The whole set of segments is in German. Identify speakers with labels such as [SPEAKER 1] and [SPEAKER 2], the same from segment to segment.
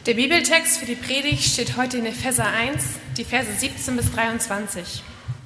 [SPEAKER 1] Der Bibeltext für die Predigt steht heute in Epheser 1, die Verse 17 bis 23.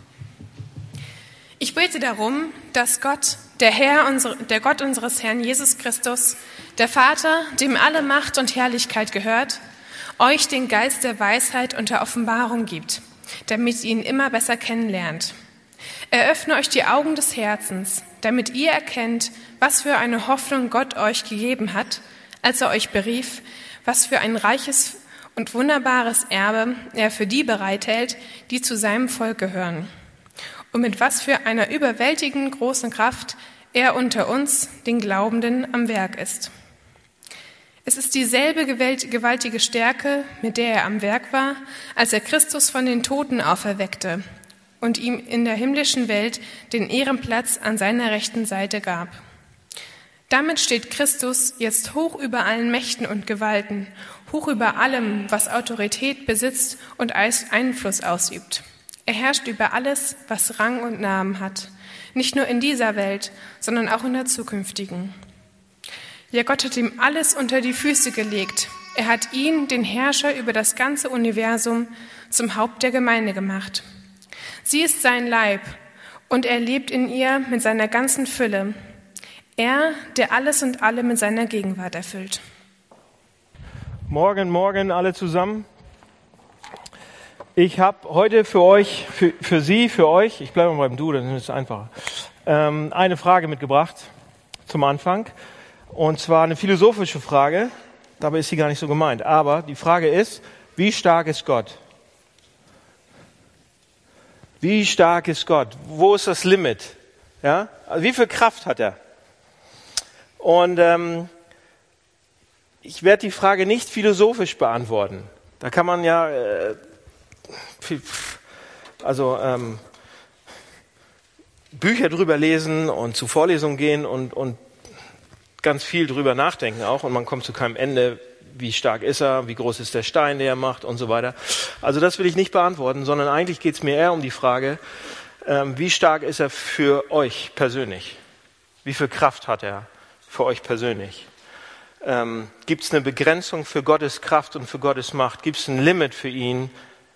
[SPEAKER 1] Ich bete darum, dass Gott, der Gott unseres Herrn Jesus Christus, der Vater, dem alle Macht und Herrlichkeit gehört, euch den Geist der Weisheit und der Offenbarung gibt, damit ihr ihn immer besser kennenlernt. Er öffne euch die Augen des Herzens, damit ihr erkennt, was für eine Hoffnung Gott euch gegeben hat, als er euch berief, was für ein reiches und wunderbares Erbe er für die bereithält, die zu seinem Volk gehören. Und mit was für einer überwältigend großen Kraft er unter uns, den Glaubenden, am Werk ist. Es ist dieselbe gewaltige Stärke, mit der er am Werk war, als er Christus von den Toten auferweckte und ihm in der himmlischen Welt den Ehrenplatz an seiner rechten Seite gab. Damit steht Christus jetzt hoch über allen Mächten und Gewalten, hoch über allem, was Autorität besitzt und Einfluss ausübt. Er herrscht über alles, was Rang und Namen hat, nicht nur in dieser Welt, sondern auch in der zukünftigen. Ja, Gott hat ihm alles unter die Füße gelegt. Er hat ihn, den Herrscher über das ganze Universum, zum Haupt der Gemeinde gemacht. Sie ist sein Leib und er lebt in ihr mit seiner ganzen Fülle. Er, der alles und alle mit seiner Gegenwart erfüllt.
[SPEAKER 2] Morgen alle zusammen. Ich habe heute für euch, für euch, ich bleibe mal beim Du, dann ist es einfacher, eine Frage mitgebracht zum Anfang. Und zwar eine philosophische Frage, dabei ist sie gar nicht so gemeint. Aber die Frage ist, wie stark ist Gott? Wie stark ist Gott? Wo ist das Limit? Ja? Also wie viel Kraft hat er? Und ich werde die Frage nicht philosophisch beantworten. Da kann man ja Bücher drüber lesen und zu Vorlesungen gehen und ganz viel drüber nachdenken auch. Und man kommt zu keinem Ende, wie stark ist er, wie groß ist der Stein, der er macht und so weiter. Also das will ich nicht beantworten, sondern eigentlich geht es mir eher um die Frage, wie stark ist er für euch persönlich? Wie viel Kraft hat er für euch persönlich? Gibt es eine Begrenzung für Gottes Kraft und für Gottes Macht? Gibt es ein Limit für ihn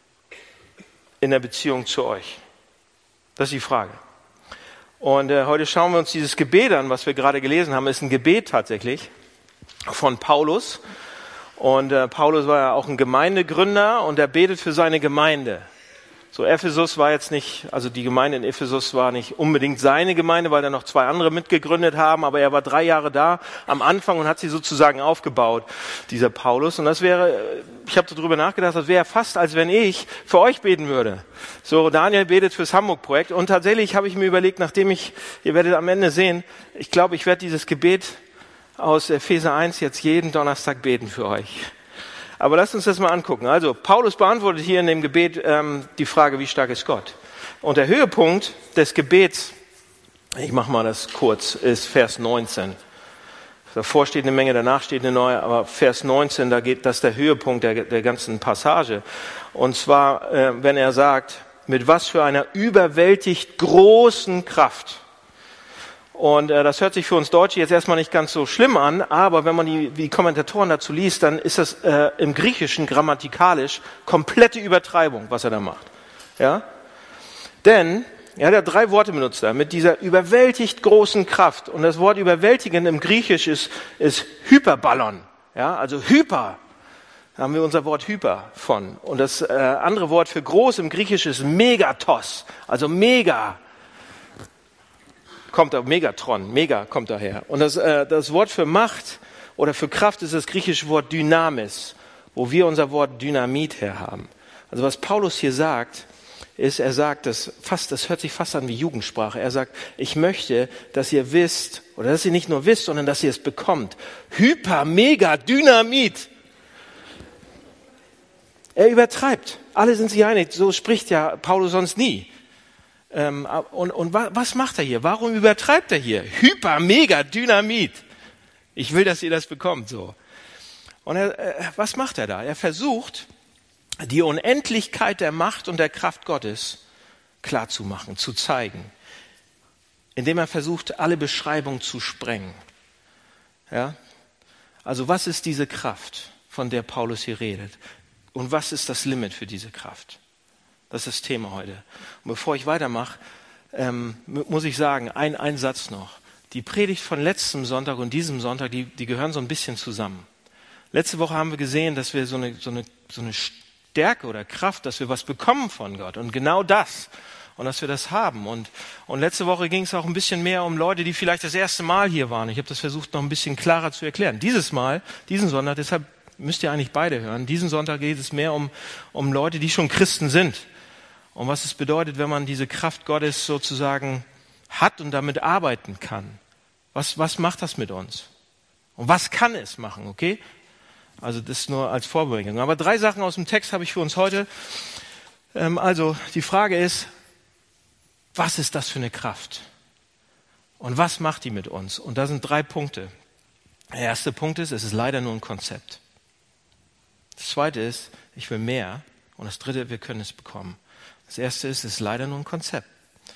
[SPEAKER 2] in der Beziehung zu euch? Das ist die Frage. Und heute schauen wir uns dieses Gebet an, was wir gerade gelesen haben. Es ist ein Gebet tatsächlich von Paulus. Und Paulus war ja auch ein Gemeindegründer und er betet für seine Gemeinde. So, Ephesus war jetzt nicht, also die Gemeinde in Ephesus war nicht unbedingt seine Gemeinde, weil da noch 2 andere mitgegründet haben, aber er war 3 Jahre da am Anfang und hat sie sozusagen aufgebaut, dieser Paulus. Und das wäre, ich habe darüber nachgedacht, das wäre fast, als wenn ich für euch beten würde. So, Daniel betet fürs Hamburg-Projekt und tatsächlich habe ich mir überlegt, ihr werdet am Ende sehen, ich glaube, ich werde dieses Gebet aus Epheser 1 jetzt jeden Donnerstag beten für euch. Aber lasst uns das mal angucken. Also, Paulus beantwortet hier in dem Gebet die Frage, wie stark ist Gott? Und der Höhepunkt des Gebets, ich mache mal das kurz, ist Vers 19. Davor steht eine Menge, danach steht eine neue, aber Vers 19, das ist der Höhepunkt der ganzen Passage. Und zwar, wenn er sagt, mit was für einer überwältigt großen Kraft. Und das hört sich für uns Deutsche jetzt erstmal nicht ganz so schlimm an, aber wenn man die Kommentatoren dazu liest, dann ist das im Griechischen grammatikalisch komplette Übertreibung, was er da macht. Ja? Denn er hat ja 3 Worte benutzt da, mit dieser überwältigt großen Kraft. Und das Wort überwältigend im Griechisch ist Hyperballon. Ja? Also Hyper, da haben wir unser Wort Hyper von. Und das andere Wort für groß im Griechisch ist Megatos, also mega. Kommt da Megatron, mega kommt daher. Und das Wort für Macht oder für Kraft ist das griechische Wort Dynamis, wo wir unser Wort Dynamit her haben. Also was Paulus hier sagt, ist, er sagt, das hört sich fast an wie Jugendsprache. Er sagt, ich möchte, dass ihr wisst, oder dass ihr nicht nur wisst, sondern dass ihr es bekommt. Hyper, mega, Dynamit. Er übertreibt. Alle sind sich einig, so spricht ja Paulus sonst nie. Und was macht er hier? Warum übertreibt er hier? Hyper, mega, Dynamit. Ich will, dass ihr das bekommt, so. Und was macht er da? Er versucht, die Unendlichkeit der Macht und der Kraft Gottes klarzumachen, zu zeigen. Indem er versucht, alle Beschreibungen zu sprengen. Ja? Also was ist diese Kraft? von der Paulus hier redet. Und was ist das Limit für diese Kraft? Das ist das Thema heute. Und bevor ich weitermache, muss ich sagen, ein Satz noch. Die Predigt von letztem Sonntag und diesem Sonntag, die gehören so ein bisschen zusammen. Letzte Woche haben wir gesehen, dass wir so eine Stärke oder Kraft, dass wir was bekommen von Gott. Und genau das. Und dass wir das haben. Und letzte Woche ging es auch ein bisschen mehr um Leute, die vielleicht das erste Mal hier waren. Ich habe das versucht, noch ein bisschen klarer zu erklären. Diesen Sonntag, deshalb müsst ihr eigentlich beide hören. Diesen Sonntag geht es mehr um Leute, die schon Christen sind. Und was es bedeutet, wenn man diese Kraft Gottes sozusagen hat und damit arbeiten kann. Was macht das mit uns? Und was kann es machen, okay? Also das nur als Vorbringung. Aber 3 Sachen aus dem Text habe ich für uns heute. Also die Frage ist, was ist das für eine Kraft? Und was macht die mit uns? Und da sind 3 Punkte. Der erste Punkt ist, es ist leider nur ein Konzept. Das zweite ist, ich will mehr. Und das dritte, wir können es bekommen. Das erste ist, es ist leider nur ein Konzept.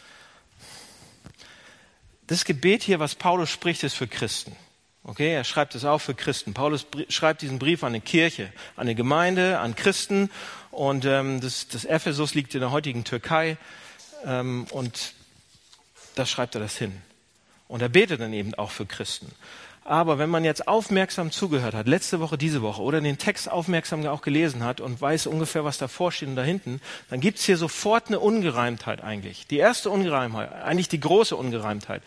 [SPEAKER 2] Das Gebet hier, was Paulus spricht, ist für Christen. Okay, er schreibt es auch für Christen. Paulus schreibt diesen Brief an eine Kirche, an eine Gemeinde, an Christen. Und das Ephesus liegt in der heutigen Türkei. Und da schreibt er das hin. Und er betet dann eben auch für Christen. Aber wenn man jetzt aufmerksam zugehört hat, letzte Woche, diese Woche, oder den Text aufmerksam auch gelesen hat und weiß ungefähr, was davor steht und da hinten, dann gibt es hier sofort eine Ungereimtheit eigentlich. Die erste Ungereimtheit, eigentlich die große Ungereimtheit.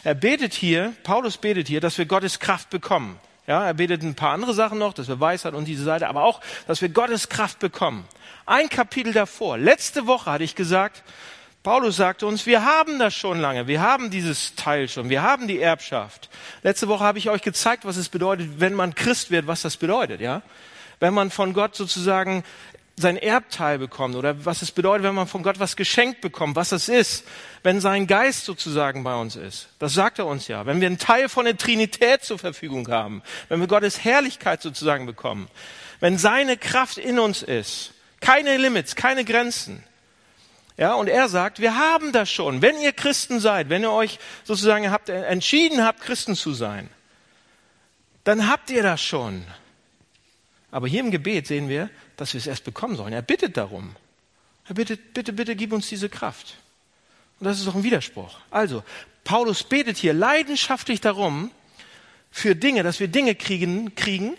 [SPEAKER 2] Paulus betet hier, dass wir Gottes Kraft bekommen. Ja, er betet ein paar andere Sachen noch, dass wir Weisheit und diese Seite, aber auch, dass wir Gottes Kraft bekommen. Ein Kapitel davor, letzte Woche hatte ich gesagt, Paulus sagte uns, wir haben das schon lange, wir haben dieses Teil schon, wir haben die Erbschaft. Letzte Woche habe ich euch gezeigt, was es bedeutet, wenn man Christ wird, was das bedeutet, ja? Wenn man von Gott sozusagen sein Erbteil bekommt oder was es bedeutet, wenn man von Gott was geschenkt bekommt, was das ist, wenn sein Geist sozusagen bei uns ist. Das sagt er uns ja. Wenn wir einen Teil von der Trinität zur Verfügung haben, wenn wir Gottes Herrlichkeit sozusagen bekommen, wenn seine Kraft in uns ist, keine Limits, keine Grenzen. Ja, und er sagt, wir haben das schon. Wenn ihr Christen seid, wenn ihr euch sozusagen entschieden habt, Christen zu sein, dann habt ihr das schon. Aber hier im Gebet sehen wir, dass wir es erst bekommen sollen. Er bittet darum. Er bittet, bitte gib uns diese Kraft. Und das ist doch ein Widerspruch. Also, Paulus betet hier leidenschaftlich darum, für Dinge, dass wir Dinge kriegen,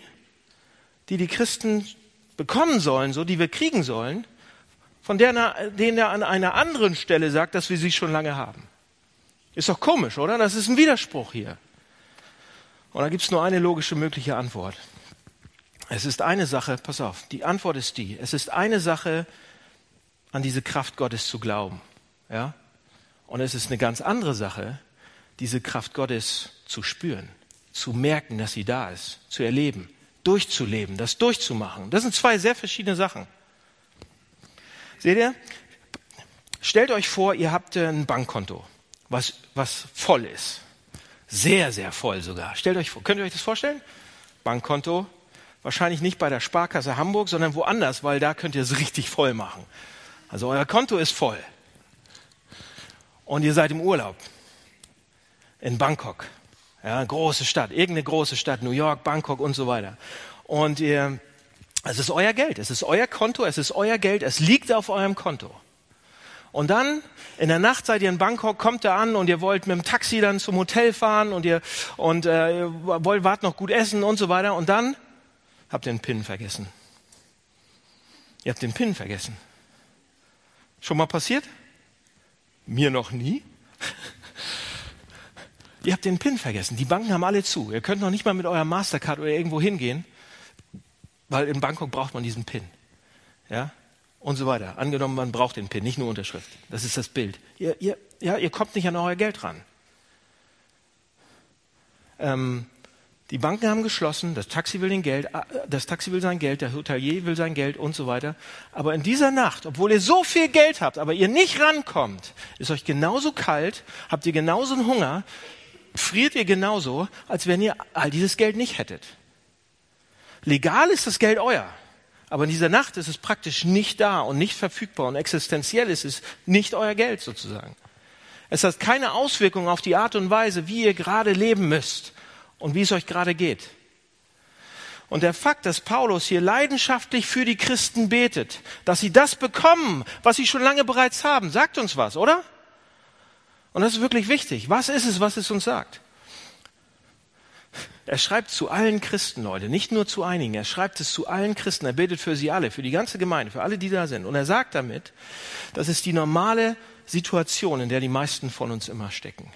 [SPEAKER 2] die Christen bekommen sollen, so die wir kriegen sollen, von denen er an einer anderen Stelle sagt, dass wir sie schon lange haben. Ist doch komisch, oder? Das ist ein Widerspruch hier. Und da gibt es nur eine logische mögliche Antwort. Es ist eine Sache, pass auf, die Antwort ist die, es ist eine Sache, an diese Kraft Gottes zu glauben. Ja? Und es ist eine ganz andere Sache, diese Kraft Gottes zu spüren, zu merken, dass sie da ist, zu erleben, durchzuleben, das durchzumachen. Das sind 2 sehr verschiedene Sachen. Seht ihr? Stellt euch vor, ihr habt ein Bankkonto, was voll ist. Sehr, sehr voll sogar. Stellt euch vor, könnt ihr euch das vorstellen? Bankkonto, wahrscheinlich nicht bei der Sparkasse Hamburg, sondern woanders, weil da könnt ihr es richtig voll machen. Also euer Konto ist voll. Und ihr seid im Urlaub. In Bangkok. Ja, große Stadt, irgendeine große Stadt, New York, Bangkok und so weiter. Und es ist euer Geld, es ist euer Konto, es ist euer Geld, es liegt auf eurem Konto. Und dann, in der Nacht seid ihr in Bangkok, kommt ihr an und ihr wollt mit dem Taxi dann zum Hotel fahren und ihr wart noch gut essen und so weiter. Und dann habt ihr den PIN vergessen. Ihr habt den PIN vergessen. Schon mal passiert? Mir noch nie. Ihr habt den PIN vergessen. Die Banken haben alle zu. Ihr könnt noch nicht mal mit eurer Mastercard oder irgendwo hingehen, weil in Bangkok braucht man diesen PIN. Ja? Und so weiter. Angenommen, man braucht den PIN, nicht nur Unterschrift. Das ist das Bild. Ihr kommt nicht an euer Geld ran. Die Banken haben geschlossen, das Taxi will sein Geld, der Hotelier will sein Geld und so weiter. Aber in dieser Nacht, obwohl ihr so viel Geld habt, aber ihr nicht rankommt, ist euch genauso kalt, habt ihr genauso einen Hunger, friert ihr genauso, als wenn ihr all dieses Geld nicht hättet. Legal ist das Geld euer, aber in dieser Nacht ist es praktisch nicht da und nicht verfügbar und existenziell ist es nicht euer Geld sozusagen. Es hat keine Auswirkung auf die Art und Weise, wie ihr gerade leben müsst und wie es euch gerade geht. Und der Fakt, dass Paulus hier leidenschaftlich für die Christen betet, dass sie das bekommen, was sie schon lange bereits haben, sagt uns was, oder? Und das ist wirklich wichtig. Was ist es, was es uns sagt? Er schreibt zu allen Christen, Leute, nicht nur zu einigen. Er schreibt es zu allen Christen. Er betet für sie alle, für die ganze Gemeinde, für alle, die da sind. Und er sagt damit, das ist die normale Situation, in der die meisten von uns immer stecken.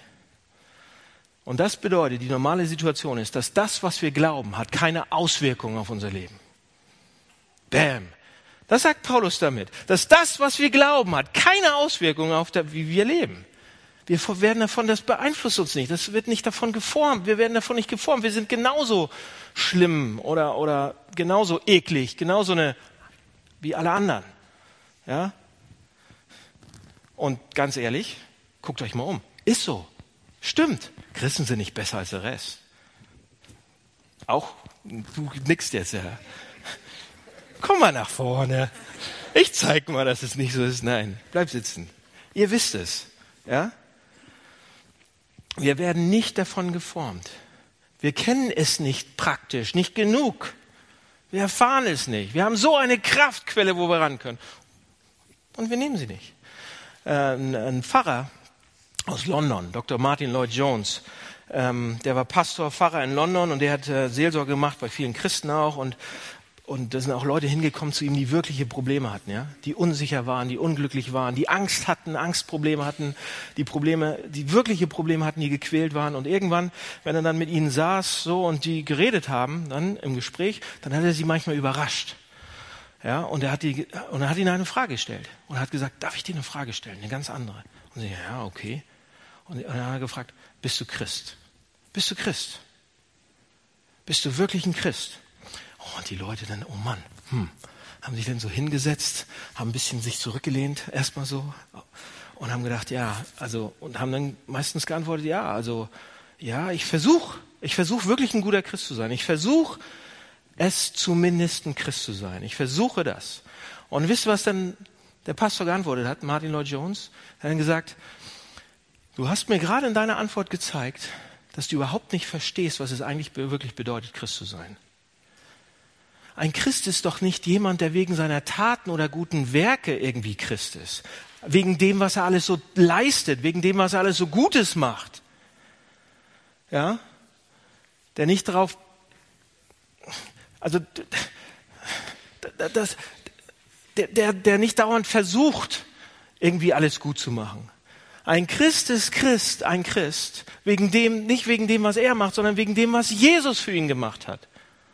[SPEAKER 2] Und das bedeutet, die normale Situation ist, dass das, was wir glauben, hat keine Auswirkungen auf unser Leben. Bam. Das sagt Paulus damit. Dass das, was wir glauben, hat keine Auswirkungen auf wie wir leben. Wir werden davon, das beeinflusst uns nicht. Das wird nicht davon geformt. Wir werden davon nicht geformt. Wir sind genauso schlimm oder genauso eklig, genauso wie alle anderen. Ja? Und ganz ehrlich, guckt euch mal um. Ist so. Stimmt. Christen sind nicht besser als der Rest. Auch, du nickst jetzt, ja. Komm mal nach vorne. Ich zeig mal, dass es nicht so ist. Nein, bleib sitzen. Ihr wisst es. Ja? Wir werden nicht davon geformt. Wir kennen es nicht praktisch, nicht genug. Wir erfahren es nicht. Wir haben so eine Kraftquelle, wo wir ran können. Und wir nehmen sie nicht. Ein Pfarrer aus London, Dr. Martin Lloyd-Jones, der war Pastor, Pfarrer in London und der hat Seelsorge gemacht, bei vielen Christen auch. Und da sind auch Leute hingekommen zu ihm, die wirkliche Probleme hatten, ja, die unsicher waren, die unglücklich waren, die Angst hatten, Angstprobleme hatten, die wirkliche Probleme hatten, die gequält waren. Und irgendwann, wenn er dann mit ihnen saß, so und die geredet haben, dann im Gespräch, dann hat er sie manchmal überrascht, ja. Und er hat ihnen eine Frage gestellt und hat gesagt: Darf ich dir eine Frage stellen, eine ganz andere? Und sie: Ja, okay. Und dann hat er gefragt: Bist du Christ? Bist du Christ? Bist du wirklich ein Christ? Oh, und die Leute dann, oh Mann, haben sich dann so hingesetzt, haben ein bisschen sich zurückgelehnt, erstmal so, und haben gedacht, ja, also, und haben dann meistens geantwortet, ja, also, ja, ich versuche wirklich ein guter Christ zu sein. Ich versuche es zumindest ein Christ zu sein. Ich versuche das. Und wisst ihr, was dann der Pastor geantwortet hat, Martin Lloyd-Jones? Er hat dann gesagt: Du hast mir gerade in deiner Antwort gezeigt, dass du überhaupt nicht verstehst, was es eigentlich wirklich bedeutet, Christ zu sein. Ein Christ ist doch nicht jemand, der wegen seiner Taten oder guten Werke irgendwie Christ ist. Wegen dem, was er alles so leistet, wegen dem, was er alles so Gutes macht. Ja? Der nicht darauf, also, der nicht dauernd versucht, irgendwie alles gut zu machen. Ein Christ ist Christ, nicht wegen dem, was er macht, sondern wegen dem, was Jesus für ihn gemacht hat.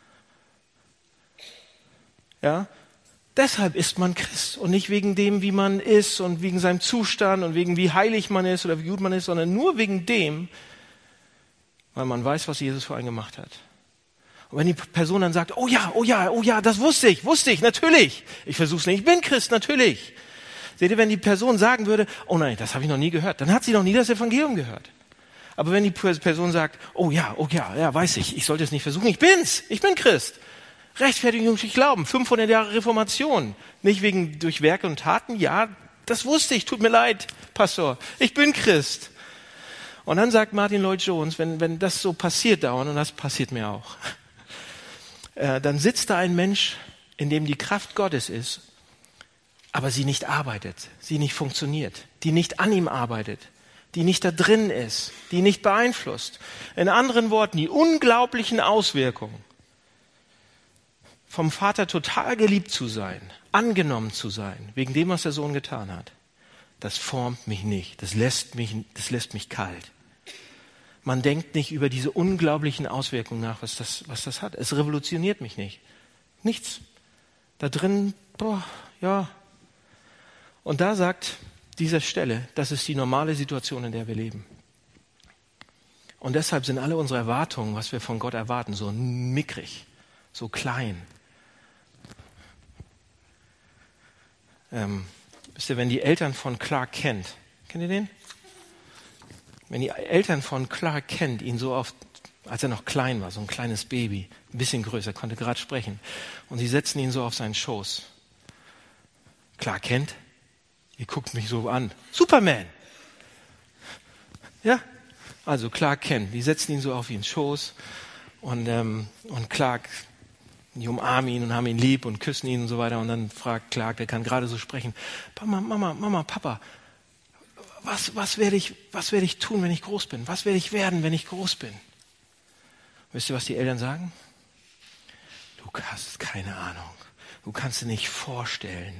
[SPEAKER 2] Ja? Deshalb ist man Christ und nicht wegen dem, wie man ist und wegen seinem Zustand und wegen wie heilig man ist oder wie gut man ist, sondern nur wegen dem, weil man weiß, was Jesus für einen gemacht hat. Und wenn die Person dann sagt: oh ja, das wusste ich, natürlich. Ich versuche es nicht, ich bin Christ, natürlich. Seht ihr, wenn die Person sagen würde: oh nein, das habe ich noch nie gehört, dann hat sie noch nie das Evangelium gehört. Aber wenn die Person sagt: oh ja, weiß ich sollte es nicht versuchen, ich bin Christ. Rechtfertigung durch Glauben, 500 Jahre Reformation. Nicht durch Werke und Taten. Ja, das wusste ich, tut mir leid, Pastor. Ich bin Christ. Und dann sagt Martin Lloyd-Jones, wenn das so passiert dauernd, und das passiert mir auch, dann sitzt da ein Mensch, in dem die Kraft Gottes ist, aber sie nicht arbeitet, sie nicht funktioniert, die nicht an ihm arbeitet, die nicht da drin ist, die nicht beeinflusst. In anderen Worten, die unglaublichen Auswirkungen, vom Vater total geliebt zu sein, angenommen zu sein, wegen dem, was der Sohn getan hat, das formt mich nicht, das lässt mich kalt. Man denkt nicht über diese unglaublichen Auswirkungen nach, was das hat. Es revolutioniert mich nicht. Nichts. Da drin, ja. Und da sagt diese Stelle, das ist die normale Situation, in der wir leben. Und deshalb sind alle unsere Erwartungen, was wir von Gott erwarten, so mickrig, so klein. Wisst ihr, wenn die Eltern von Clark Kent, kennt ihr den? Wenn die Eltern von Clark Kent ihn so oft, als er noch klein war, so ein kleines Baby, ein bisschen größer, konnte gerade sprechen, und sie setzen ihn so auf seinen Schoß. Clark Kent, ihr guckt mich so an. Superman! Ja, also Clark Kent, die setzen ihn so auf ihren Schoß und Clark Die umarmen ihn und haben ihn lieb und küssen ihn und so weiter. Und dann fragt Clark, der kann gerade so sprechen, Mama, Papa, was werde ich tun, wenn ich groß bin? Was werde ich werden, wenn ich groß bin? Wisst ihr, was die Eltern sagen? Du hast keine Ahnung. Du kannst dir nicht vorstellen.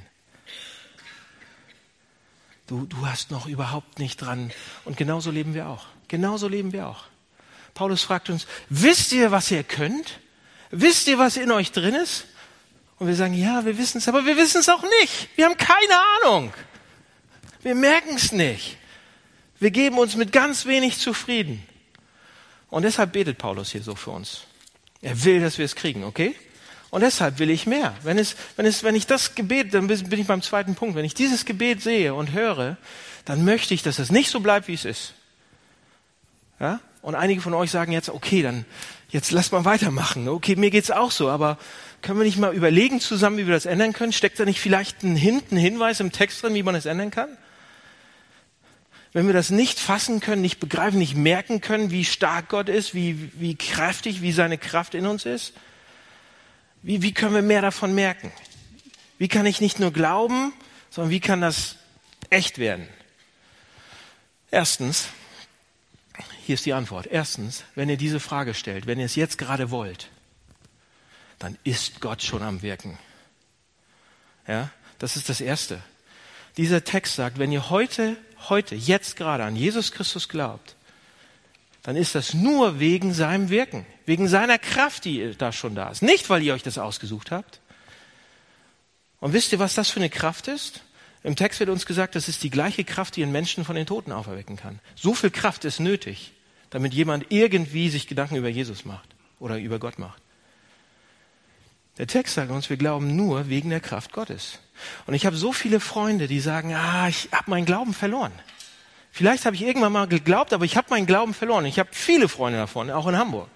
[SPEAKER 2] Du hast noch überhaupt nicht dran. Und genauso leben wir auch. Paulus fragt uns, wisst ihr, was ihr könnt? Wisst ihr, was in euch drin ist? Und wir sagen, ja, wir wissen es, aber wir wissen es auch nicht. Wir haben keine Ahnung. Wir merken es nicht. Wir geben uns mit ganz wenig zufrieden. Und deshalb betet Paulus hier so für uns. Er will, dass wir es kriegen, okay? Und deshalb will ich mehr. Wenn ich das Gebet, dann bin ich beim zweiten Punkt. Wenn ich dieses Gebet sehe und höre, dann möchte ich, dass es nicht so bleibt, wie es ist. Ja? Und einige von euch sagen jetzt, okay, dann jetzt lass mal weitermachen. Okay, mir geht's auch so, aber können wir nicht mal überlegen zusammen, wie wir das ändern können? Steckt da nicht vielleicht ein Hinweis im Text drin, wie man es ändern kann? Wenn wir das nicht fassen können, nicht begreifen, nicht merken können, wie stark Gott ist, wie kräftig, wie seine Kraft in uns ist, wie können wir mehr davon merken? Wie kann ich nicht nur glauben, sondern wie kann das echt werden? Erstens, hier ist die Antwort. Erstens, wenn ihr diese Frage stellt, wenn ihr es jetzt gerade wollt, dann ist Gott schon am Wirken. Ja, das ist das Erste. Dieser Text sagt, wenn ihr heute, jetzt gerade an Jesus Christus glaubt, dann ist das nur wegen seinem Wirken, wegen seiner Kraft, die da schon da ist. Nicht, weil ihr euch das ausgesucht habt. Und wisst ihr, was das für eine Kraft ist? Im Text wird uns gesagt, das ist die gleiche Kraft, die einen Menschen von den Toten auferwecken kann. So viel Kraft ist nötig, damit jemand irgendwie sich Gedanken über Jesus macht oder über Gott macht. Der Text sagt uns, wir glauben nur wegen der Kraft Gottes. Und ich habe so viele Freunde, die sagen, ich habe meinen Glauben verloren. Vielleicht habe ich irgendwann mal geglaubt, aber ich habe meinen Glauben verloren. Ich habe viele Freunde davon, auch in Hamburg.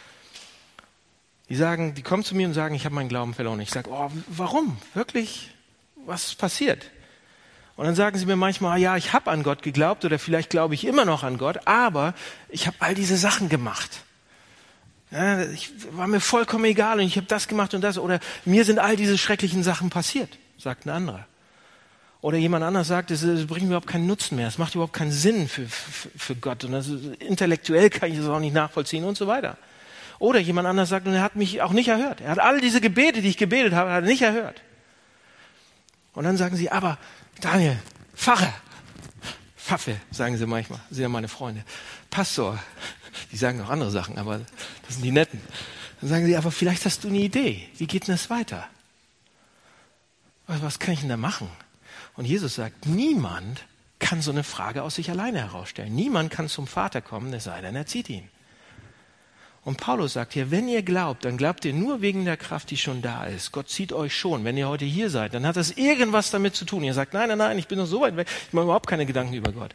[SPEAKER 2] Die kommen zu mir und sagen, ich habe meinen Glauben verloren. Ich sage, warum? Wirklich? Was ist passiert? Und dann sagen sie mir manchmal, ich habe an Gott geglaubt oder vielleicht glaube ich immer noch an Gott, aber ich habe all diese Sachen gemacht. Ja, war mir vollkommen egal und ich habe das gemacht und das. Oder mir sind all diese schrecklichen Sachen passiert, sagt ein anderer. Oder jemand anderes sagt, es bringt überhaupt keinen Nutzen mehr, es macht überhaupt keinen Sinn für Gott. Und intellektuell kann ich das auch nicht nachvollziehen und so weiter. Oder jemand anderes sagt, und er hat mich auch nicht erhört. Er hat all diese Gebete, die ich gebetet habe, hat er nicht erhört. Und dann sagen sie, aber Daniel, Pfarrer, Pfaffe, sagen sie manchmal, sind ja meine Freunde, Pastor, die sagen noch andere Sachen, aber das sind die Netten. Dann sagen sie, aber vielleicht hast du eine Idee, wie geht denn das weiter? Was kann ich denn da machen? Und Jesus sagt, niemand kann so eine Frage aus sich alleine herausstellen. Niemand kann zum Vater kommen, es sei denn, er zieht ihn. Und Paulus sagt hier, wenn ihr glaubt, dann glaubt ihr nur wegen der Kraft, die schon da ist. Gott zieht euch schon. Wenn ihr heute hier seid, dann hat das irgendwas damit zu tun. Ihr sagt, nein, ich bin noch so weit weg, ich mache überhaupt keine Gedanken über Gott.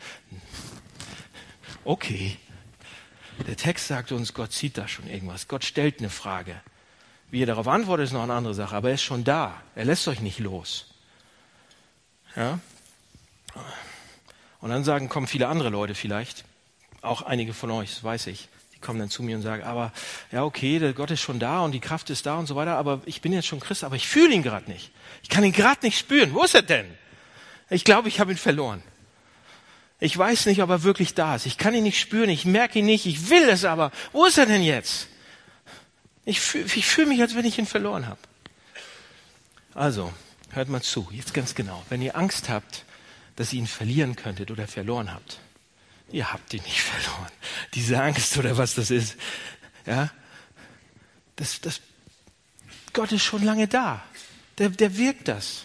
[SPEAKER 2] Okay. Der Text sagt uns, Gott zieht da schon irgendwas. Gott stellt eine Frage. Wie ihr darauf antwortet, ist noch eine andere Sache. Aber er ist schon da. Er lässt euch nicht los. Ja? Und dann kommen viele andere Leute vielleicht, auch einige von euch, das weiß ich, die kommen dann zu mir und sagen, aber ja okay, der Gott ist schon da und die Kraft ist da und so weiter, aber ich bin jetzt schon Christ, aber ich fühle ihn gerade nicht. Ich kann ihn gerade nicht spüren. Wo ist er denn? Ich glaube, ich habe ihn verloren. Ich weiß nicht, ob er wirklich da ist. Ich kann ihn nicht spüren, ich merke ihn nicht, ich will es aber. Wo ist er denn jetzt? Ich fühle mich, als wenn ich ihn verloren habe. Also, hört mal zu, jetzt ganz genau. Wenn ihr Angst habt, dass ihr ihn verlieren könntet oder verloren habt, ihr habt ihn nicht verloren. Diese Angst oder was das ist, ja, Gott ist schon lange da. Der wirkt das.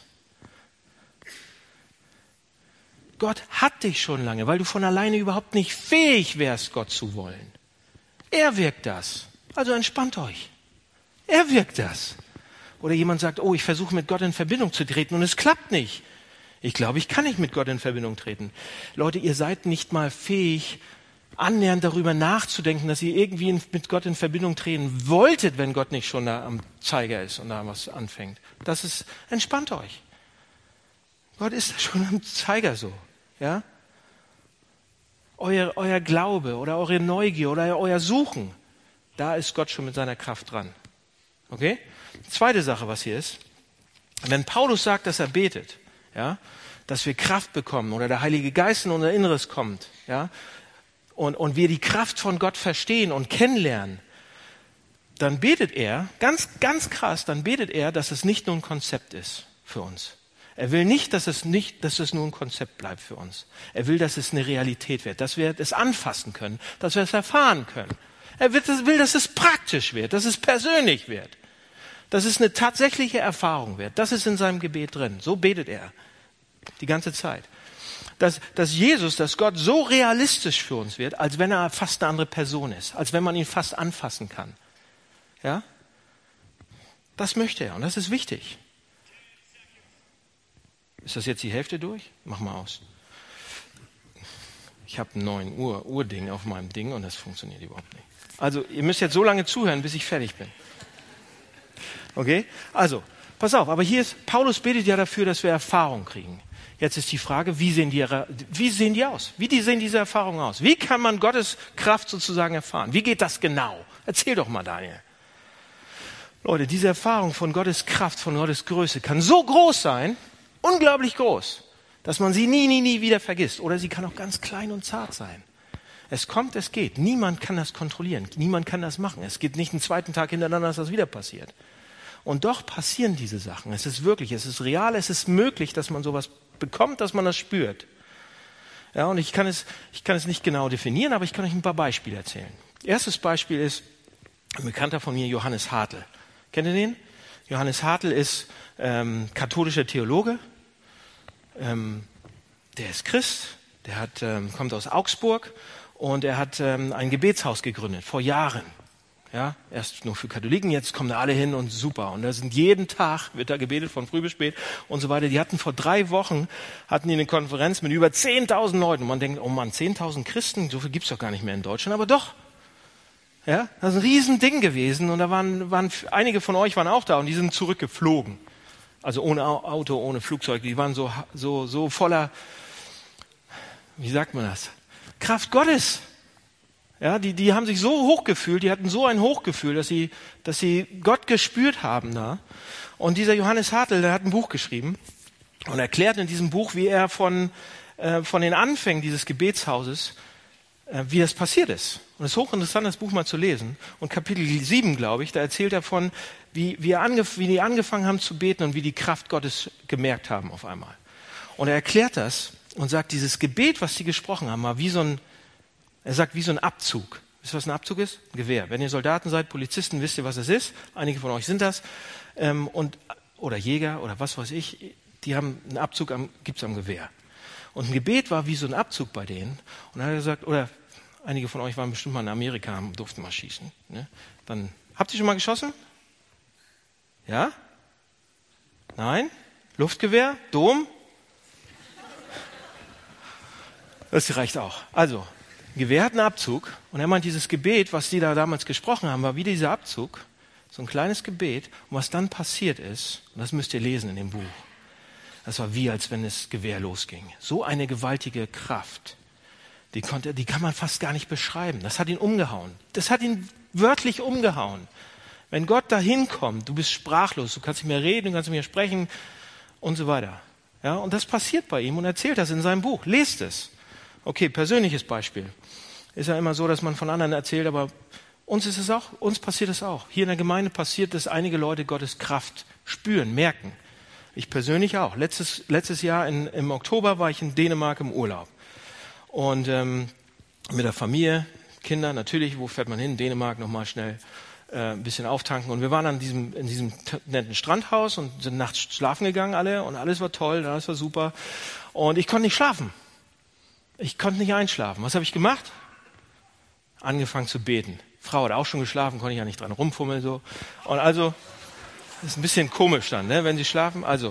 [SPEAKER 2] Gott hat dich schon lange, weil du von alleine überhaupt nicht fähig wärst, Gott zu wollen. Er wirkt das. Also entspannt euch. Er wirkt das. Oder jemand sagt, ich versuche mit Gott in Verbindung zu treten und es klappt nicht. Ich glaube, ich kann nicht mit Gott in Verbindung treten. Leute, ihr seid nicht mal fähig, annähernd darüber nachzudenken, dass ihr irgendwie mit Gott in Verbindung treten wolltet, wenn Gott nicht schon da am Zeiger ist und da was anfängt. Entspannt euch. Gott ist schon am Zeiger so. Ja? Euer Glaube oder eure Neugier oder euer Suchen, da ist Gott schon mit seiner Kraft dran. Okay? Zweite Sache, was hier ist, wenn Paulus sagt, dass er betet, ja, dass wir Kraft bekommen oder der Heilige Geist in unser Inneres kommt, ja, und wir die Kraft von Gott verstehen und kennenlernen, dann betet er, ganz, ganz krass, dann betet er, dass es nicht nur ein Konzept ist für uns. Er will nicht, dass es nur ein Konzept bleibt für uns. Er will, dass es eine Realität wird, dass wir es anfassen können, dass wir es erfahren können. Er will, dass es praktisch wird, dass es persönlich wird, dass es eine tatsächliche Erfahrung wird. Das ist in seinem Gebet drin. So betet er die ganze Zeit. Dass Gott so realistisch für uns wird, als wenn er fast eine andere Person ist, als wenn man ihn fast anfassen kann. Ja? Das möchte er und das ist wichtig. Ist das jetzt die Hälfte durch? Mach mal aus. Ich habe ein 9 Uhr-Ding auf meinem Ding und das funktioniert überhaupt nicht. Also, ihr müsst jetzt so lange zuhören, bis ich fertig bin. Okay? Also, pass auf, aber Paulus betet ja dafür, dass wir Erfahrung kriegen. Jetzt ist die Frage, wie sehen die aus? Wie sehen diese Erfahrungen aus? Wie kann man Gottes Kraft sozusagen erfahren? Wie geht das genau? Erzähl doch mal, Daniel. Leute, diese Erfahrung von Gottes Kraft, von Gottes Größe kann so groß sein, unglaublich groß, dass man sie nie wieder vergisst. Oder sie kann auch ganz klein und zart sein. Es kommt, es geht. Niemand kann das kontrollieren. Niemand kann das machen. Es geht nicht einen zweiten Tag hintereinander, dass das wieder passiert. Und doch passieren diese Sachen. Es ist wirklich, es ist real, es ist möglich, dass man sowas bekommt, dass man das spürt. Ja, und ich kann es nicht genau definieren, aber ich kann euch ein paar Beispiele erzählen. Erstes Beispiel ist ein Bekannter von mir, Johannes Hartl. Kennt ihr den? Johannes Hartl ist katholischer Theologe. Der ist Christ. Der kommt aus Augsburg und er hat ein Gebetshaus gegründet vor Jahren. Ja, erst nur für Katholiken, jetzt kommen da alle hin und super. Und da sind jeden Tag, wird da gebetet, von früh bis spät und so weiter. Die hatten vor 3 Wochen, eine Konferenz mit über 10.000 Leuten. Und man denkt, oh Mann, 10.000 Christen, so viel gibt's doch gar nicht mehr in Deutschland. Aber doch. Ja, das ist ein Riesending gewesen. Und da waren einige von euch waren auch da und die sind zurückgeflogen. Also ohne Auto, ohne Flugzeug. Die waren so voller, wie sagt man das? Kraft Gottes. Ja, die haben sich so hochgefühlt, die hatten so ein Hochgefühl, dass sie Gott gespürt haben da. Und dieser Johannes Hartl, der hat ein Buch geschrieben und erklärt in diesem Buch, wie er von den Anfängen dieses Gebetshauses, wie das passiert ist. Und es ist hochinteressant, das Buch mal zu lesen. Und Kapitel 7, glaube ich, da erzählt er von, wie die angefangen haben zu beten und wie die Kraft Gottes gemerkt haben auf einmal. Und er erklärt das und sagt, dieses Gebet, was sie gesprochen haben, war wie so ein Abzug. Wisst ihr, was ein Abzug ist? Ein Gewehr. Wenn ihr Soldaten seid, Polizisten, wisst ihr, was es ist. Einige von euch sind das. Oder Jäger oder was weiß ich. Die haben einen Abzug, gibt's am Gewehr. Und ein Gebet war wie so ein Abzug bei denen. Und dann hat er gesagt, oder einige von euch waren bestimmt mal in Amerika, durften mal schießen. Ne? Dann, habt ihr schon mal geschossen? Ja? Nein? Luftgewehr? Dom? Das reicht auch. Also, ein Gewehr hat einen Abzug und er meint, dieses Gebet, was die da damals gesprochen haben, war wie dieser Abzug, so ein kleines Gebet. Und was dann passiert ist, und das müsst ihr lesen in dem Buch, das war wie, als wenn das Gewehr losging. So eine gewaltige Kraft, die kann man fast gar nicht beschreiben. Das hat ihn umgehauen. Das hat ihn wörtlich umgehauen. Wenn Gott da hinkommt, du bist sprachlos, du kannst nicht mehr reden, du kannst nicht mehr sprechen und so weiter. Ja, und das passiert bei ihm und er erzählt das in seinem Buch. Lest es. Okay, persönliches Beispiel. Ist ja immer so, dass man von anderen erzählt, aber uns passiert es auch. Hier in der Gemeinde passiert es, einige Leute Gottes Kraft spüren, merken. Ich persönlich auch. Letztes Jahr im Oktober war ich in Dänemark im Urlaub. Und mit der Familie, Kinder, natürlich, wo fährt man hin? Dänemark, nochmal schnell ein bisschen auftanken. Und wir waren in diesem netten Strandhaus und sind nachts schlafen gegangen alle und alles war toll, alles war super. Und ich konnte nicht schlafen. Ich konnte nicht einschlafen. Was habe ich gemacht? Angefangen zu beten. Frau hat auch schon geschlafen, konnte ich ja nicht dran rumfummeln so. Und also, das ist ein bisschen komisch dann, ne, wenn sie schlafen. Also,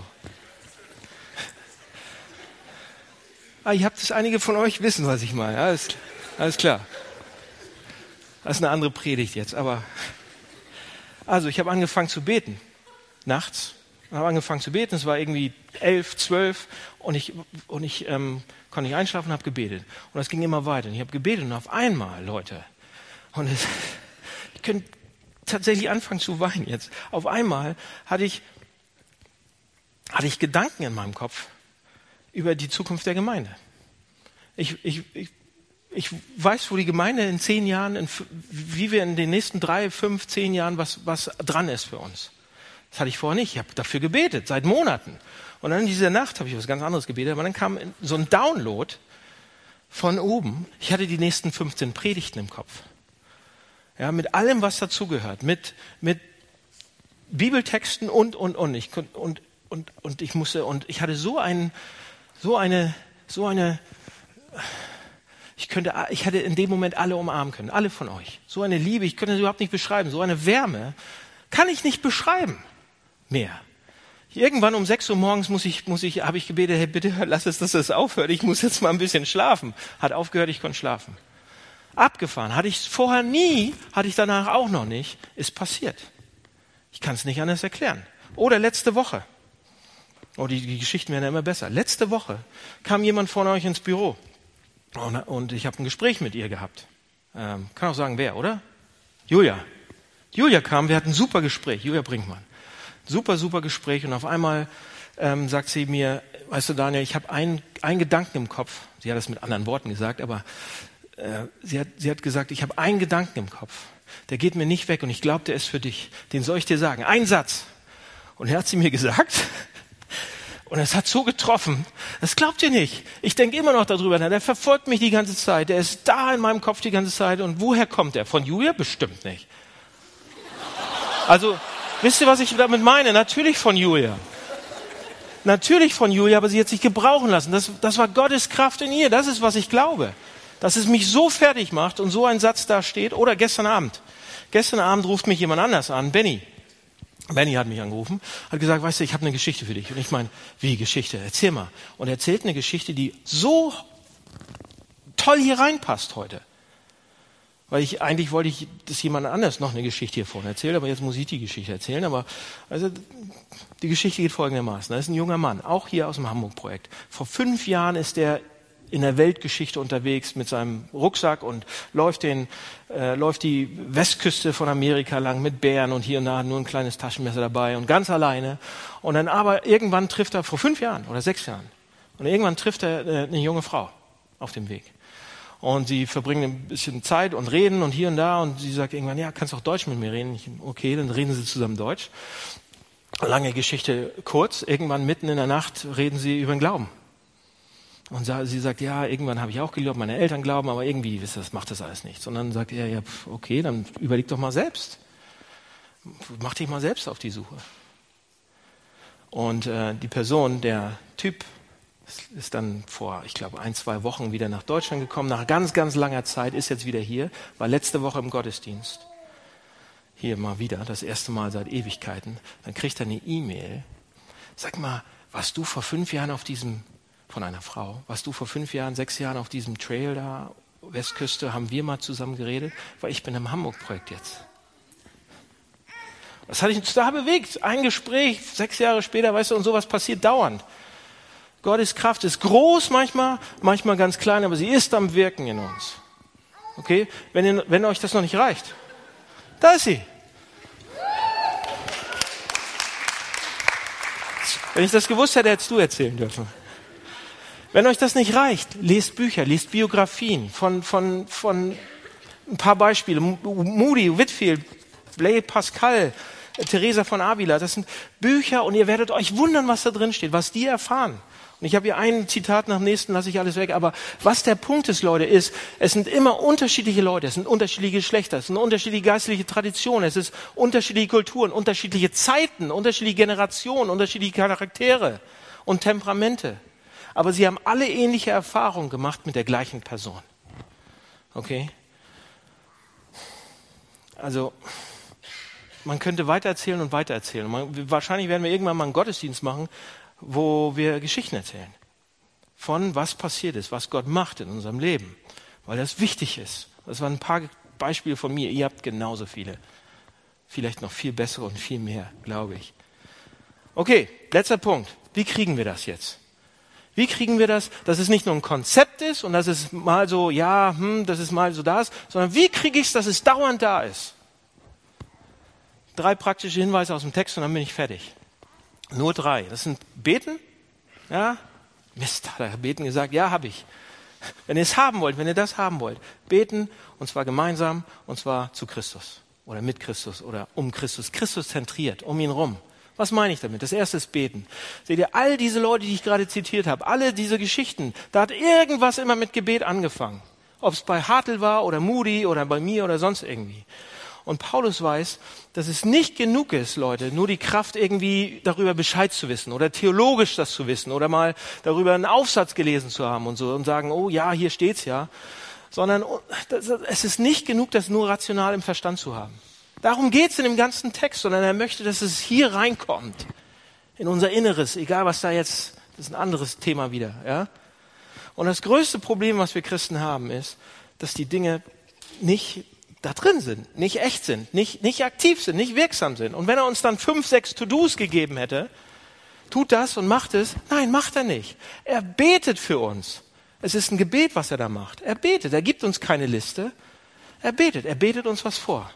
[SPEAKER 2] einige von euch wissen, was ich meine. Alles klar. Das ist eine andere Predigt jetzt, aber also ich habe angefangen zu beten nachts. Habe angefangen zu beten. Es war irgendwie 11, 12 und ich konnte nicht einschlafen und habe gebetet. Und das ging immer weiter. Und ich habe gebetet und auf einmal, Leute, tatsächlich anfangen zu weinen jetzt. Auf einmal hatte ich Gedanken in meinem Kopf über die Zukunft der Gemeinde. Ich weiß, wo die Gemeinde in 10 Jahren, wie wir in den nächsten 3, 5, 10 Jahren, was dran ist für uns. Das hatte ich vorher nicht. Ich habe dafür gebetet, seit Monaten. Und dann in dieser Nacht habe ich was ganz anderes gebetet. Aber dann kam so ein Download von oben. Ich hatte die nächsten 15 Predigten im Kopf. Ja, mit allem, was dazugehört. Mit Bibeltexten und. Ich hatte ich hätte in dem Moment alle umarmen können. Alle von euch. So eine Liebe, ich könnte es überhaupt nicht beschreiben. So eine Wärme kann ich nicht beschreiben mehr. Irgendwann um 6 Uhr morgens habe ich gebetet, hey, bitte lass es, dass das aufhört. Ich muss jetzt mal ein bisschen schlafen. Hat aufgehört, ich konnte schlafen. Abgefahren. Hatte ich vorher nie, hatte ich danach auch noch nicht. Ist passiert. Ich kann es nicht anders erklären. Oder letzte Woche. Oh, die Geschichten werden ja immer besser. Letzte Woche kam jemand von euch ins Büro. Und ich habe ein Gespräch mit ihr gehabt. Kann auch sagen, wer, oder? Julia. Julia kam, wir hatten ein super Gespräch. Julia Brinkmann. Super Gespräch. Und auf einmal sagt sie mir, weißt du Daniel, ich habe einen Gedanken im Kopf. Sie hat das mit anderen Worten gesagt, aber sie hat gesagt, ich habe einen Gedanken im Kopf. Der geht mir nicht weg und ich glaube, der ist für dich. Den soll ich dir sagen. Ein Satz. Und er hat sie mir gesagt. Und es hat so getroffen. Das glaubt ihr nicht. Ich denke immer noch darüber nach. Der verfolgt mich die ganze Zeit. Der ist da in meinem Kopf die ganze Zeit. Und woher kommt er? Von Julia? Bestimmt nicht. Also, wisst ihr, was ich damit meine? Natürlich von Julia. Natürlich von Julia, aber sie hat sich gebrauchen lassen. Das war Gottes Kraft in ihr. Das ist, was ich glaube. Dass es mich so fertig macht und so ein Satz da steht. Oder gestern Abend. Gestern Abend ruft mich jemand anders an. Benny hat mich angerufen, hat gesagt, weißt du, ich habe eine Geschichte für dich. Und ich meine, wie Geschichte? Erzähl mal. Und er erzählt eine Geschichte, die so toll hier reinpasst heute. Weil eigentlich wollte ich, dass jemand anders noch eine Geschichte hier vorne erzählt, aber jetzt muss ich die Geschichte erzählen. Aber also die Geschichte geht folgendermaßen. Da ist ein junger Mann, auch hier aus dem Hamburg-Projekt. Vor 5 Jahren ist er in der Weltgeschichte unterwegs mit seinem Rucksack und läuft die Westküste von Amerika lang mit Bären und hier und da nur ein kleines Taschenmesser dabei und ganz alleine. Und dann aber irgendwann trifft er, vor 5 Jahren oder 6 Jahren, und irgendwann trifft er eine junge Frau auf dem Weg. Und sie verbringen ein bisschen Zeit und reden und hier und da und sie sagt irgendwann, ja, kannst auch Deutsch mit mir reden? Okay, dann reden sie zusammen Deutsch. Lange Geschichte kurz, irgendwann mitten in der Nacht reden sie über den Glauben. Und sie sagt, ja, irgendwann habe ich auch geglaubt, meine Eltern glauben, aber irgendwie, wisst ihr, das macht das alles nichts. Und dann sagt er, ja, okay, dann überleg doch mal selbst. Mach dich mal selbst auf die Suche. Und die Person, der Typ, ist dann vor, ich glaube, 1-2 Wochen wieder nach Deutschland gekommen, nach ganz, ganz langer Zeit, ist jetzt wieder hier, war letzte Woche im Gottesdienst. Hier mal wieder, das erste Mal seit Ewigkeiten. Dann kriegt er eine E-Mail. Sag mal, warst du vor 5 Jahren von einer Frau, warst du vor 5 Jahren, 6 Jahren auf diesem Trail da, Westküste, haben wir mal zusammen geredet, weil ich bin im Hamburg-Projekt jetzt. Was hat uns da bewegt? Ein Gespräch, 6 Jahre später, weißt du, und sowas passiert dauernd. Gottes Kraft ist groß manchmal ganz klein, aber sie ist am Wirken in uns. Okay? Wenn euch das noch nicht reicht. Da ist sie. Wenn ich das gewusst hätte, hättest du erzählen dürfen. Wenn euch das nicht reicht, lest Bücher, lest Biografien von ein paar Beispiele. Moody, Whitfield, Blaise Pascal, Teresa von Avila. Das sind Bücher und ihr werdet euch wundern, was da drin steht, was die erfahren. Und ich habe hier ein Zitat nach dem nächsten, lasse ich alles weg. Aber was der Punkt ist, Leute, ist, es sind immer unterschiedliche Leute, es sind unterschiedliche Geschlechter, es sind unterschiedliche geistliche Traditionen, es ist unterschiedliche Kulturen, unterschiedliche Zeiten, unterschiedliche Generationen, unterschiedliche Charaktere und Temperamente. Aber sie haben alle ähnliche Erfahrungen gemacht mit der gleichen Person. Okay? Also, man könnte weitererzählen und weitererzählen. Wahrscheinlich werden wir irgendwann mal einen Gottesdienst machen, wo wir Geschichten erzählen. Von was passiert ist, was Gott macht in unserem Leben. Weil das wichtig ist. Das waren ein paar Beispiele von mir. Ihr habt genauso viele. Vielleicht noch viel bessere und viel mehr, glaube ich. Okay, letzter Punkt. Wie kriegen wir das jetzt? Wie kriegen wir das, dass es nicht nur ein Konzept ist und dass es mal so, ja, dass es mal so da ist, sondern wie kriege ich es, dass es dauernd da ist? 3 praktische Hinweise aus dem Text und dann bin ich fertig. Nur 3. Das sind Beten. Ja, Mist, hat er Beten gesagt? Ja, habe ich. Wenn ihr es haben wollt, wenn ihr das haben wollt, beten, und zwar gemeinsam, und zwar zu Christus oder mit Christus oder um Christus. Christus zentriert, um ihn rum. Was meine ich damit? Das erste ist beten. Seht ihr, all diese Leute, die ich gerade zitiert habe, alle diese Geschichten, da hat irgendwas immer mit Gebet angefangen. Ob es bei Hartl war oder Moody oder bei mir oder sonst irgendwie. Und Paulus weiß, dass es nicht genug ist, Leute, nur die Kraft irgendwie darüber Bescheid zu wissen oder theologisch das zu wissen oder mal darüber einen Aufsatz gelesen zu haben und so und sagen, oh ja, hier steht's ja. Sondern es ist nicht genug, das nur rational im Verstand zu haben. Darum geht's in dem ganzen Text, sondern er möchte, dass es hier reinkommt. In unser Inneres, egal was da jetzt, das ist ein anderes Thema wieder, ja. Und das größte Problem, was wir Christen haben, ist, dass die Dinge nicht da drin sind, nicht echt sind, nicht aktiv sind, nicht wirksam sind. Und wenn er uns dann 5, 6 To-Dos gegeben hätte, tut das und macht es, nein, macht er nicht. Er betet für uns. Es ist ein Gebet, was er da macht. Er betet, er gibt uns keine Liste. Er betet uns was vor.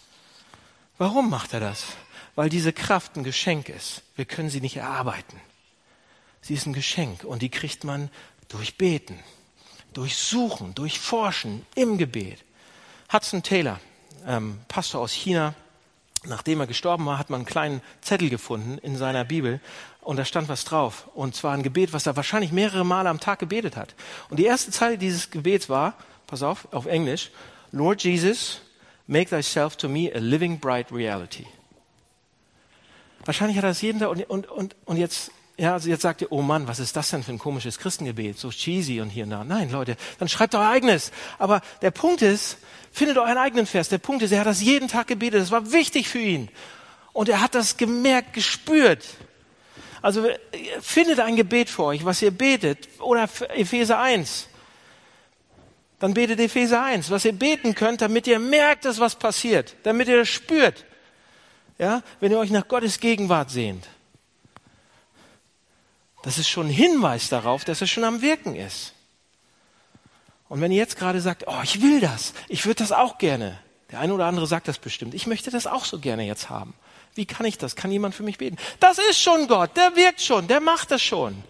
[SPEAKER 2] Warum macht er das? Weil diese Kraft ein Geschenk ist. Wir können sie nicht erarbeiten. Sie ist ein Geschenk und die kriegt man durch Beten, durch Suchen, durch Forschen im Gebet. Hudson Taylor, Pastor aus China, nachdem er gestorben war, hat man einen kleinen Zettel gefunden in seiner Bibel und da stand was drauf. Und zwar ein Gebet, was er wahrscheinlich mehrere Male am Tag gebetet hat. Und die erste Zeile dieses Gebets war, pass auf Englisch, Lord Jesus, make thyself to me a living bright reality. Wahrscheinlich hat er das jeden Tag und jetzt, ja, also jetzt sagt ihr, oh Mann, was ist das denn für ein komisches Christengebet, so cheesy und hier und da. Nein, Leute, dann schreibt euer eigenes. Aber der Punkt ist, findet euren eigenen Vers. Der Punkt ist, er hat das jeden Tag gebetet. Das war wichtig für ihn. Und er hat das gemerkt, gespürt. Also findet ein Gebet für euch, was ihr betet. Oder Epheser 1. Dann betet Epheser 1, was ihr beten könnt, damit ihr merkt, dass was passiert. Damit ihr das spürt. Ja, wenn ihr euch nach Gottes Gegenwart sehnt. Das ist schon ein Hinweis darauf, dass er schon am Wirken ist. Und wenn ihr jetzt gerade sagt, oh, ich will das, ich würde das auch gerne. Der eine oder andere sagt das bestimmt. Ich möchte das auch so gerne jetzt haben. Wie kann ich das? Kann jemand für mich beten? Das ist schon Gott, der wirkt schon, der macht das schon.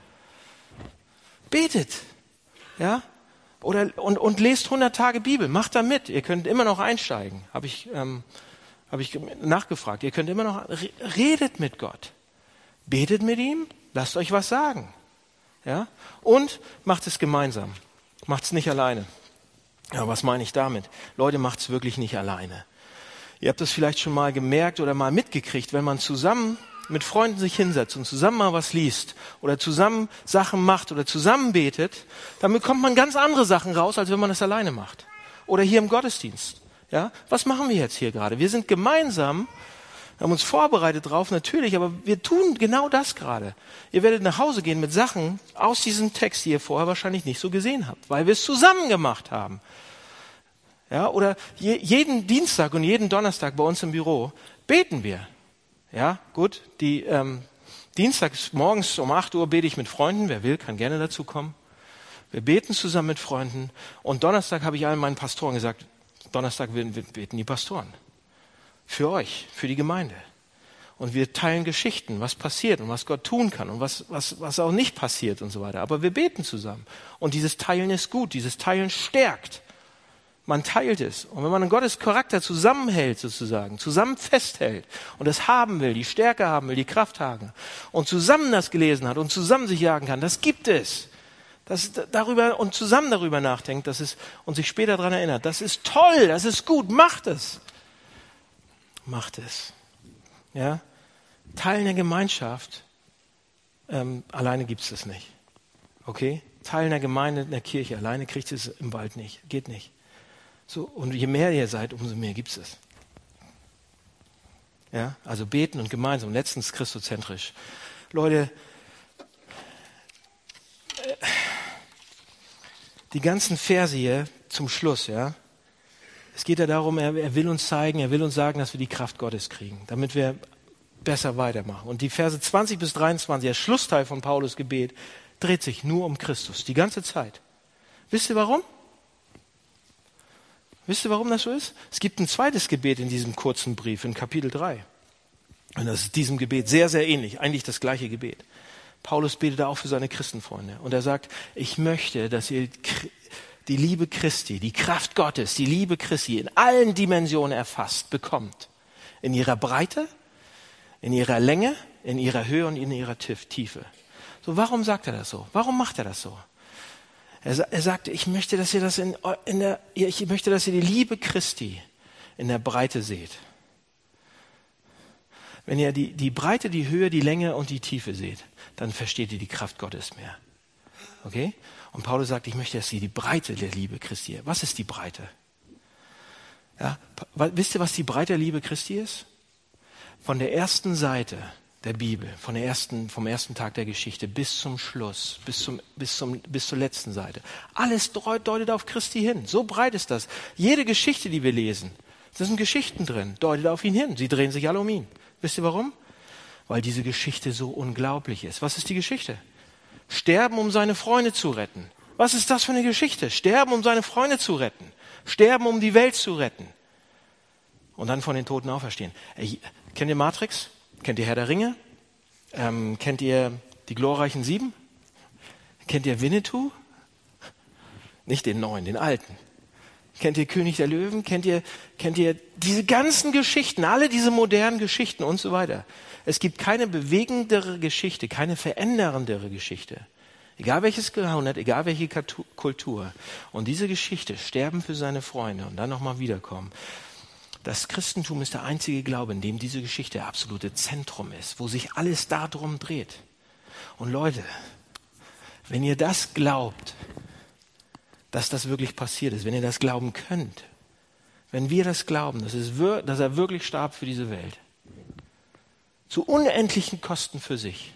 [SPEAKER 2] Betet. Ja? Und lest 100 Tage Bibel, macht da mit. Ihr könnt immer noch einsteigen. Habe ich nachgefragt. Ihr könnt immer noch, redet mit Gott. Betet mit ihm, lasst euch was sagen. Ja? Und macht es gemeinsam. Macht es nicht alleine. Ja, was meine ich damit? Leute, macht es wirklich nicht alleine. Ihr habt das vielleicht schon mal gemerkt oder mal mitgekriegt, wenn man zusammen mit Freunden sich hinsetzt und zusammen mal was liest oder zusammen Sachen macht oder zusammen betet, dann bekommt man ganz andere Sachen raus, als wenn man es alleine macht. Oder hier im Gottesdienst. Ja? Was machen wir jetzt hier gerade? Wir sind gemeinsam, haben uns vorbereitet drauf, natürlich, aber wir tun genau das gerade. Ihr werdet nach Hause gehen mit Sachen aus diesem Text, die ihr vorher wahrscheinlich nicht so gesehen habt, weil wir es zusammen gemacht haben. Ja, oder jeden Dienstag und jeden Donnerstag bei uns im Büro beten wir. Ja, gut, dienstags morgens um 8 Uhr bete ich mit Freunden, wer will, kann gerne dazu kommen. Wir beten zusammen mit Freunden und Donnerstag habe ich allen meinen Pastoren gesagt, Donnerstag beten die Pastoren. Für euch, für die Gemeinde. Und wir teilen Geschichten, was passiert und was Gott tun kann und was auch nicht passiert und so weiter. Aber wir beten zusammen. Und dieses Teilen ist gut, dieses Teilen stärkt. Man teilt es. Und wenn man Gottes Charakter zusammenhält sozusagen, zusammen festhält und es haben will, die Stärke haben will, die Kraft haben und zusammen das gelesen hat und zusammen sich jagen kann, das gibt es. Das darüber und zusammen darüber nachdenkt, und sich später daran erinnert. Das ist toll, das ist gut, macht es. Macht es. Ja? Teil einer Gemeinschaft, alleine gibt es das nicht. Okay? Teil einer Gemeinde, einer Kirche, alleine kriegt es im Wald nicht. Geht nicht. So, und je mehr ihr seid, umso mehr gibt es. Ja? Also beten und gemeinsam, letztens christozentrisch. Leute, die ganzen Verse hier zum Schluss, ja. Es geht ja darum, er will uns zeigen, er will uns sagen, dass wir die Kraft Gottes kriegen, damit wir besser weitermachen. Und die Verse 20 bis 23, der Schlussteil von Paulus Gebet, dreht sich nur um Christus, die ganze Zeit. Wisst ihr warum? Wisst ihr, warum das so ist? Es gibt ein zweites Gebet in diesem kurzen Brief, in Kapitel 3. Und das ist diesem Gebet sehr, sehr ähnlich, eigentlich das gleiche Gebet. Paulus betet auch für seine Christenfreunde. Und er sagt, ich möchte, dass ihr die Liebe Christi, die Kraft Gottes, die Liebe Christi in allen Dimensionen erfasst, bekommt. In ihrer Breite, in ihrer Länge, in ihrer Höhe und in ihrer Tiefe. So, warum sagt er das so? Warum macht er das so? Er sagt, ich möchte, dass ihr ich möchte, dass ihr die Liebe Christi in der Breite seht. Wenn ihr die Breite, die Höhe, die Länge und die Tiefe seht, dann versteht ihr die Kraft Gottes mehr. Okay? Und Paulus sagt, ich möchte, dass ihr die Breite der Liebe Christi. Was ist die Breite? Ja, wisst ihr, was die Breite der Liebe Christi ist? Von der ersten Seite der Bibel, vom ersten Tag der Geschichte bis zum Schluss, bis zur letzten Seite. Alles deutet auf Christi hin. So breit ist das. Jede Geschichte, die wir lesen, da sind Geschichten drin, deutet auf ihn hin. Sie drehen sich alle um ihn. Wisst ihr warum? Weil diese Geschichte so unglaublich ist. Was ist die Geschichte? Sterben, um seine Freunde zu retten. Was ist das für eine Geschichte? Sterben, um seine Freunde zu retten. Sterben, um die Welt zu retten. Und dann von den Toten auferstehen. Kennt ihr Matrix? Kennt ihr Herr der Ringe? Kennt ihr die glorreichen 7? Kennt ihr Winnetou? Nicht den neuen, den alten. Kennt ihr König der Löwen? Kennt ihr diese ganzen Geschichten, alle diese modernen Geschichten und so weiter? Es gibt keine bewegendere Geschichte, keine veränderndere Geschichte. Egal welches Jahrhundert, egal welche Kultur. Und diese Geschichte, sterben für seine Freunde und dann nochmal wiederkommen. Das Christentum ist der einzige Glaube, in dem diese Geschichte der absolute Zentrum ist, wo sich alles darum dreht. Und Leute, wenn ihr das glaubt, dass das wirklich passiert ist, wenn ihr das glauben könnt, wenn wir das glauben, dass er wirklich starb für diese Welt, zu unendlichen Kosten für sich,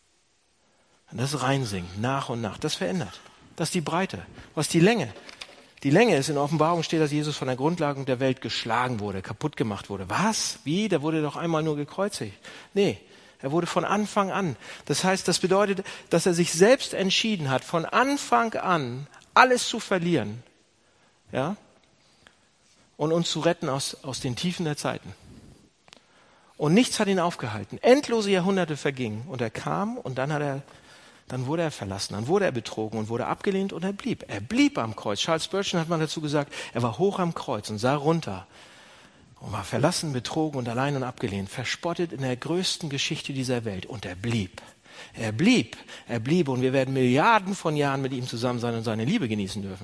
[SPEAKER 2] und das reinsinkt, nach und nach, das verändert. Das ist die Breite. Was ist die Länge? Die Länge ist, in der Offenbarung steht, dass Jesus von der Grundlage der Welt geschlagen wurde, kaputt gemacht wurde. Was? Wie? Der wurde doch einmal nur gekreuzigt. Nee, er wurde von Anfang an. Das heißt, das bedeutet, dass er sich selbst entschieden hat, von Anfang an alles zu verlieren, ja, und uns zu retten aus den Tiefen der Zeiten. Und nichts hat ihn aufgehalten. Endlose Jahrhunderte vergingen und er kam und dann wurde er verlassen, dann wurde er betrogen und wurde abgelehnt und er blieb. Er blieb am Kreuz. Charles Spurgeon hat mal dazu gesagt, er war hoch am Kreuz und sah runter und war verlassen, betrogen und allein und abgelehnt, verspottet in der größten Geschichte dieser Welt und er blieb. Er blieb und wir werden Milliarden von Jahren mit ihm zusammen sein und seine Liebe genießen dürfen.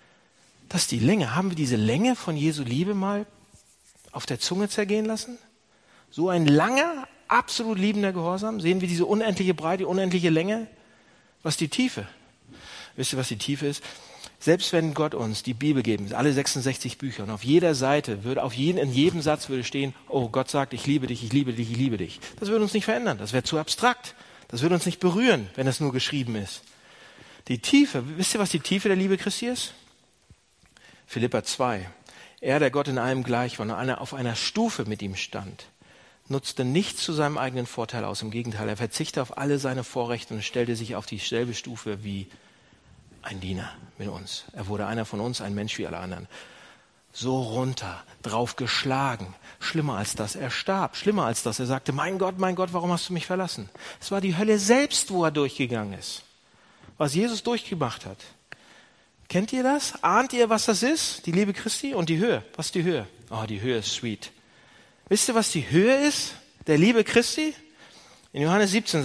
[SPEAKER 2] Das ist die Länge. Haben wir diese Länge von Jesu Liebe mal auf der Zunge zergehen lassen? So ein langer, absolut liebender Gehorsam. Sehen wir diese unendliche Breite, die unendliche Länge? Was ist die Tiefe? Wisst ihr, was die Tiefe ist? Selbst wenn Gott uns die Bibel geben, alle 66 Bücher, und auf jeder Seite in jedem Satz würde stehen, oh, Gott sagt, ich liebe dich, ich liebe dich, ich liebe dich. Das würde uns nicht verändern. Das wäre zu abstrakt. Das würde uns nicht berühren, wenn es nur geschrieben ist. Die Tiefe, wisst ihr, was die Tiefe der Liebe Christi ist? Philipper 2. Er, der Gott in allem gleich war, auf einer Stufe mit ihm stand, nutzte nichts zu seinem eigenen Vorteil aus. Im Gegenteil, er verzichtete auf alle seine Vorrechte und stellte sich auf dieselbe Stufe wie ein Diener mit uns. Er wurde einer von uns, ein Mensch wie alle anderen. So runter, drauf geschlagen. Schlimmer als das, er starb. Schlimmer als das, er sagte, mein Gott, warum hast du mich verlassen? Es war die Hölle selbst, wo er durchgegangen ist. Was Jesus durchgemacht hat. Kennt ihr das? Ahnt ihr, was das ist? Die Liebe Christi und die Höhe. Was ist die Höhe? Oh, die Höhe ist sweet. Wisst ihr, was die Höhe ist der Liebe Christi? In Johannes 17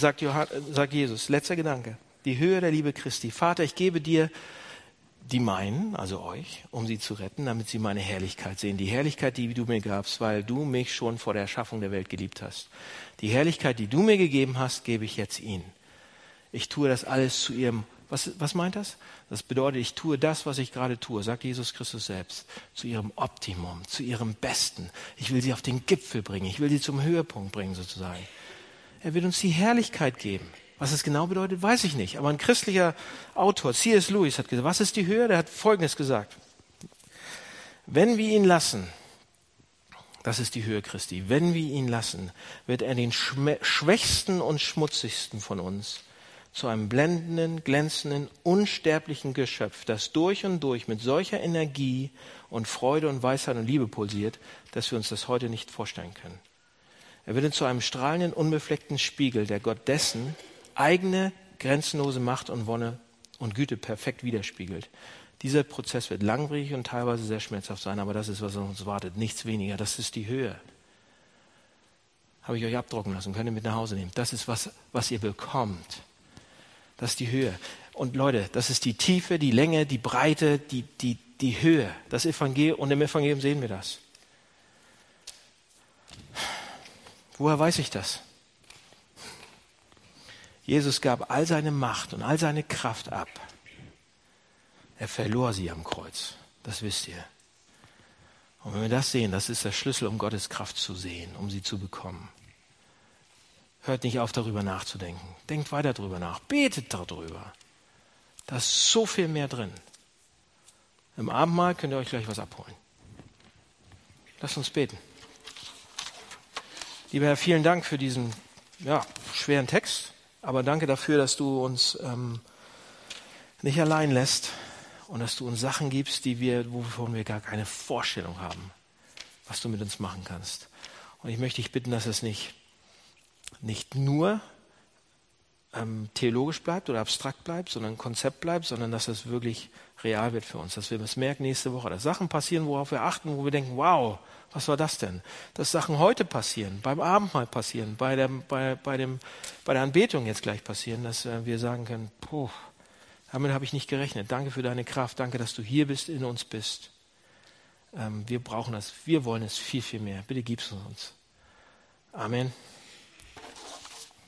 [SPEAKER 2] sagt Jesus, letzter Gedanke, die Höhe der Liebe Christi. Vater, ich gebe dir die meinen, also euch, um sie zu retten, damit sie meine Herrlichkeit sehen. Die Herrlichkeit, die du mir gabst, weil du mich schon vor der Erschaffung der Welt geliebt hast. Die Herrlichkeit, die du mir gegeben hast, gebe ich jetzt ihnen. Ich tue das alles zu ihrem, was meint das? Das bedeutet, ich tue das, was ich gerade tue, sagt Jesus Christus selbst, zu ihrem Optimum, zu ihrem Besten. Ich will sie auf den Gipfel bringen, ich will sie zum Höhepunkt bringen sozusagen. Er will uns die Herrlichkeit geben. Was es genau bedeutet, weiß ich nicht. Aber ein christlicher Autor, C.S. Lewis, hat gesagt, was ist die Höhe? Der hat Folgendes gesagt. Wenn wir ihn lassen, das ist die Höhe Christi, wenn wir ihn lassen, wird er den schwächsten und schmutzigsten von uns zu einem blendenden, glänzenden, unsterblichen Geschöpf, das durch und durch mit solcher Energie und Freude und Weisheit und Liebe pulsiert, dass wir uns das heute nicht vorstellen können. Er wird zu einem strahlenden, unbefleckten Spiegel, der Gott dessen eigene, grenzenlose Macht und Wonne und Güte perfekt widerspiegelt. Dieser Prozess wird langwierig und teilweise sehr schmerzhaft sein, aber das ist, was uns wartet. Nichts weniger. Das ist die Höhe. Habe ich euch abdrucken lassen, könnt ihr mit nach Hause nehmen. Das ist, was ihr bekommt. Das ist die Höhe. Und Leute, das ist die Tiefe, die Länge, die Breite, die Höhe. Das Evangelium, und im Evangelium sehen wir das. Woher weiß ich das? Jesus gab all seine Macht und all seine Kraft ab. Er verlor sie am Kreuz. Das wisst ihr. Und wenn wir das sehen, das ist der Schlüssel, um Gottes Kraft zu sehen, um sie zu bekommen. Hört nicht auf, darüber nachzudenken. Denkt weiter darüber nach. Betet darüber. Da ist so viel mehr drin. Im Abendmahl könnt ihr euch gleich was abholen. Lasst uns beten. Lieber Herr, vielen Dank für diesen schweren Text. Aber danke dafür, dass du uns nicht allein lässt und dass du uns Sachen gibst, wovon wir gar keine Vorstellung haben, was du mit uns machen kannst. Und ich möchte dich bitten, dass es nicht nur theologisch bleibt oder abstrakt bleibt, sondern ein Konzept bleibt, sondern dass es wirklich real wird für uns, dass wir das merken nächste Woche, dass Sachen passieren, worauf wir achten, wo wir denken, wow, was war das denn? Dass Sachen heute passieren, beim Abendmahl passieren, bei der Anbetung jetzt gleich passieren, dass wir sagen können, damit habe ich nicht gerechnet. Danke für deine Kraft, danke, dass du hier bist, in uns bist. Wir brauchen das, wir wollen es viel, viel mehr. Bitte gib's uns. Amen.